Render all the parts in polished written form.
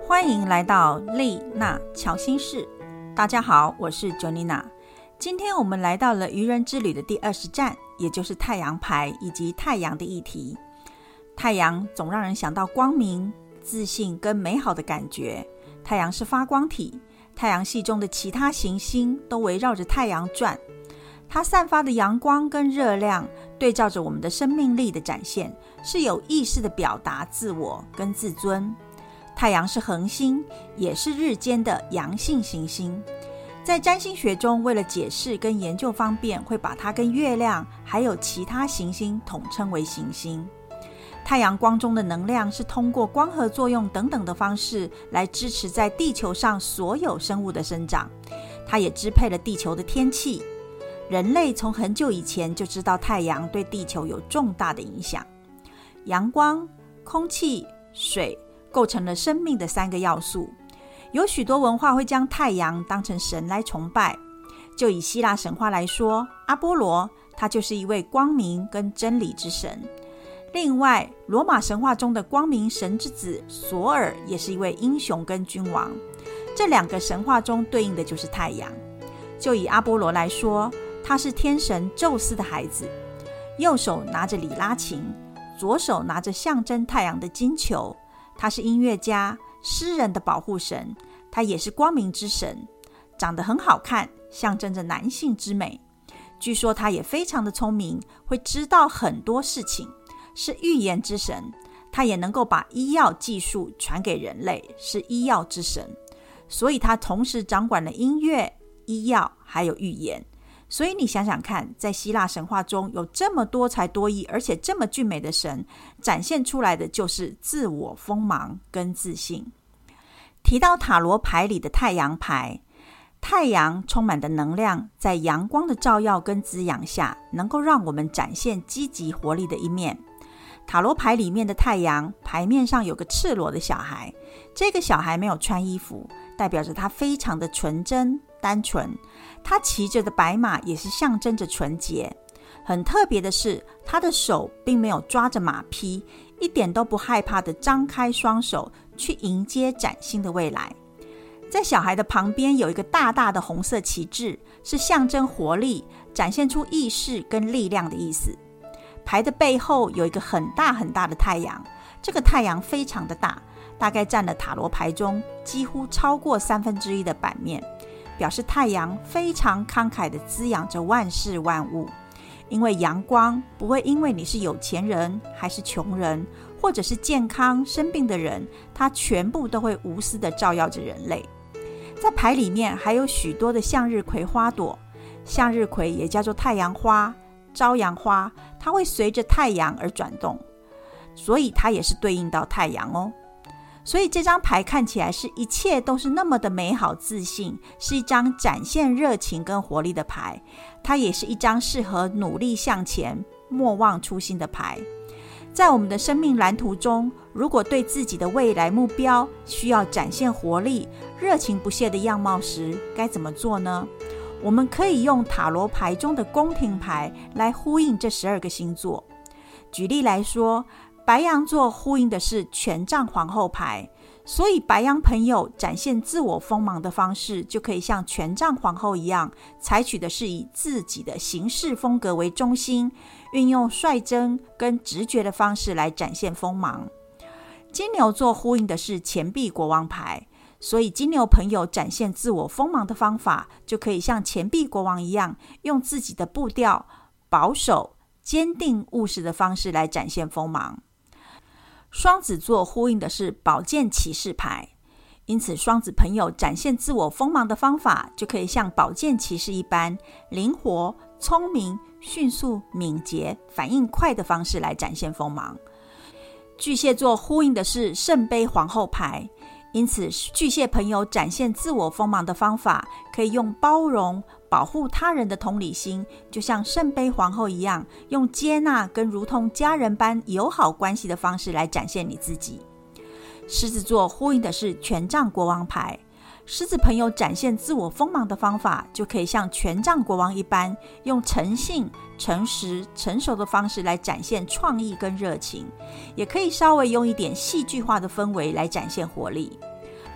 欢迎来到丽娜乔心室。大家好，我是 Jonina。 今天我们来到了愚人之旅的第20站，也就是太阳牌以及太阳的议题。太阳总让人想到光明、自信跟美好的感觉。太阳是发光体，太阳系中的其他行星都围绕着太阳转，它散发的阳光跟热量对照着我们的生命力的展现，是有意识的表达自我跟自尊。太阳是恒星，也是日间的阳性行星。在占星学中，为了解释跟研究方便，会把它跟月亮还有其他行星统称为行星。太阳光中的能量是通过光合作用等等的方式来支持在地球上所有生物的生长，它也支配了地球的天气。人类从很久以前就知道太阳对地球有重大的影响。阳光、空气、水构成了生命的3个要素。有许多文化会将太阳当成神来崇拜。就以希腊神话来说，阿波罗他就是一位光明跟真理之神。另外，罗马神话中的光明神之子索尔也是一位英雄跟君王。这2个神话中对应的就是太阳。就以阿波罗来说，他是天神宙斯的孩子，右手拿着里拉琴，左手拿着象征太阳的金球。他是音乐家、诗人的保护神，他也是光明之神，长得很好看，象征着男性之美。据说他也非常的聪明，会知道很多事情，是预言之神。他也能够把医药技术传给人类，是医药之神。所以他同时掌管了音乐、医药还有预言。所以你想想看，在希腊神话中有这么多才多艺而且这么俊美的神，展现出来的就是自我锋芒跟自信。提到塔罗牌里的太阳牌，太阳充满的能量，在阳光的照耀跟滋养下，能够让我们展现积极活力的一面。塔罗牌里面的太阳，牌面上有个赤裸的小孩，这个小孩没有穿衣服，代表着他非常的纯真单纯。他骑着的白马也是象征着纯洁。很特别的是，他的手并没有抓着马匹，一点都不害怕的张开双手去迎接崭新的未来。在小孩的旁边有一个大大的红色旗帜，是象征活力，展现出意识跟力量的意思。牌的背后有一个很大很大的太阳，这个太阳非常的大，大概占了塔罗牌中几乎超过1/3的版面，表示太阳非常慷慨地滋养着万事万物。因为阳光不会因为你是有钱人还是穷人，或者是健康生病的人，它全部都会无私地照耀着人类。在牌里面还有许多的向日葵花朵，向日葵也叫做太阳花、朝阳花，它会随着太阳而转动，所以它也是对应到太阳哦。所以这张牌看起来是一切都是那么的美好自信，是一张展现热情跟活力的牌。它也是一张适合努力向前、莫忘初心的牌。在我们的生命蓝图中，如果对自己的未来目标需要展现活力、热情不懈的样貌时，该怎么做呢？我们可以用塔罗牌中的宫廷牌来呼应这12个星座。举例来说，白羊座呼应的是权杖皇后牌，所以白羊朋友展现自我锋芒的方式，就可以像权杖皇后一样，采取的是以自己的行事风格为中心，运用率真跟直觉的方式来展现锋芒。金牛座呼应的是钱币国王牌，所以金牛朋友展现自我锋芒的方法，就可以像钱币国王一样，用自己的步调、保守、坚定、务实的方式来展现锋芒。双子座呼应的是宝剑骑士牌，因此双子朋友展现自我锋芒的方法，就可以像宝剑骑士一般，灵活、聪明、迅速、敏捷、反应快的方式来展现锋芒。巨蟹座呼应的是圣杯皇后牌，因此巨蟹朋友展现自我锋芒的方法，可以用包容、保护他人的同理心，就像圣杯皇后一样，用接纳跟如同家人般友好关系的方式来展现你自己。狮子座呼应的是权杖国王牌，狮子朋友展现自我锋芒的方法，就可以像权杖国王一般，用诚信、诚实、成熟的方式来展现创意跟热情，也可以稍微用一点戏剧化的氛围来展现活力。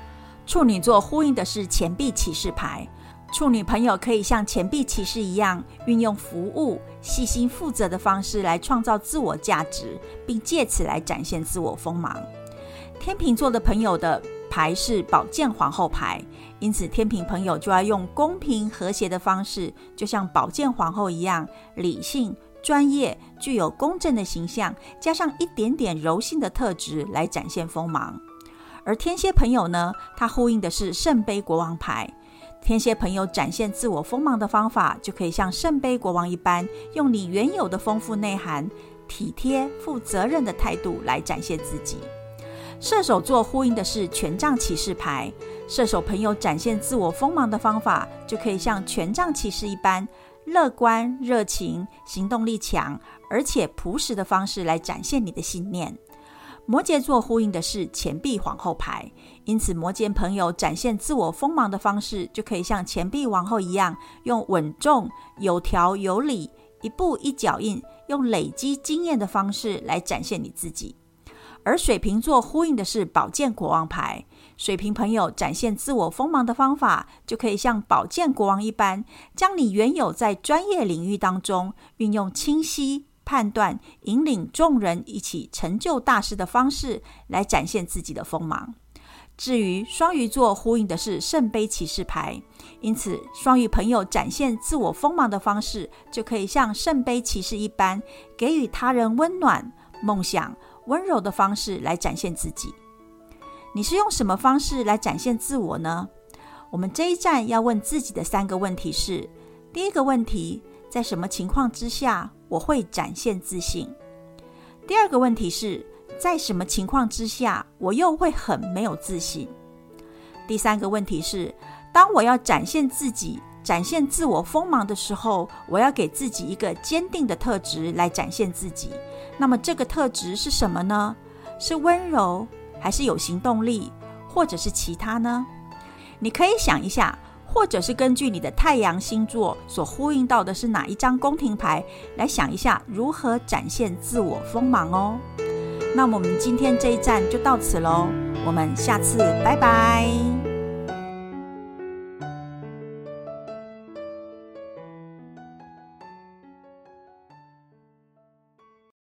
处女座呼应的是钱币骑士牌，处女朋友可以像钱币骑士一样，运用服务、细心负责的方式来创造自我价值，并借此来展现自我锋芒。天秤座的朋友的牌是宝剑皇后牌，因此天秤朋友就要用公平和谐的方式，就像宝剑皇后一样，理性、专业，具有公正的形象，加上一点点柔性的特质来展现锋芒。而天蝎朋友呢，它呼应的是圣杯国王牌。天蝎朋友展现自我锋芒的方法，就可以像圣杯国王一般，用你原有的丰富内涵、体贴、负责任的态度来展现自己。射手座呼应的是权杖骑士牌，射手朋友展现自我锋芒的方法，就可以像权杖骑士一般，乐观、热情、行动力强，而且朴实的方式来展现你的信念。摩羯座呼应的是钱币皇后牌，因此摩羯朋友展现自我锋芒的方式，就可以像钱币皇后一样，用稳重、有条有理、一步一脚印，用累积经验的方式来展现你自己。而水瓶座呼应的是宝剑国王牌，水瓶朋友展现自我锋芒的方法，就可以像宝剑国王一般，将你原有在专业领域当中运用清晰、判断、引领众人一起成就大事的方式来展现自己的锋芒。至于双鱼座呼应的是圣杯骑士牌，因此双鱼朋友展现自我锋芒的方式，就可以像圣杯骑士一般，给予他人温暖、梦想、温柔的方式来展现自己。你是用什么方式来展现自我呢？我们这一站要问自己的3个问题是：第一个问题，在什么情况之下我会展现自信？第二个问题是，在什么情况之下我又会很没有自信？第三个问题是，当我要展现自己、展现自我锋芒的时候，我要给自己一个坚定的特质来展现自己。那么这个特质是什么呢？是温柔，还是有行动力，或者是其他呢？你可以想一下，或者是根据你的太阳星座所呼应到的是哪一张宫廷牌，来想一下如何展现自我锋芒哦。那么我们今天这一站就到此咯，我们下次拜拜。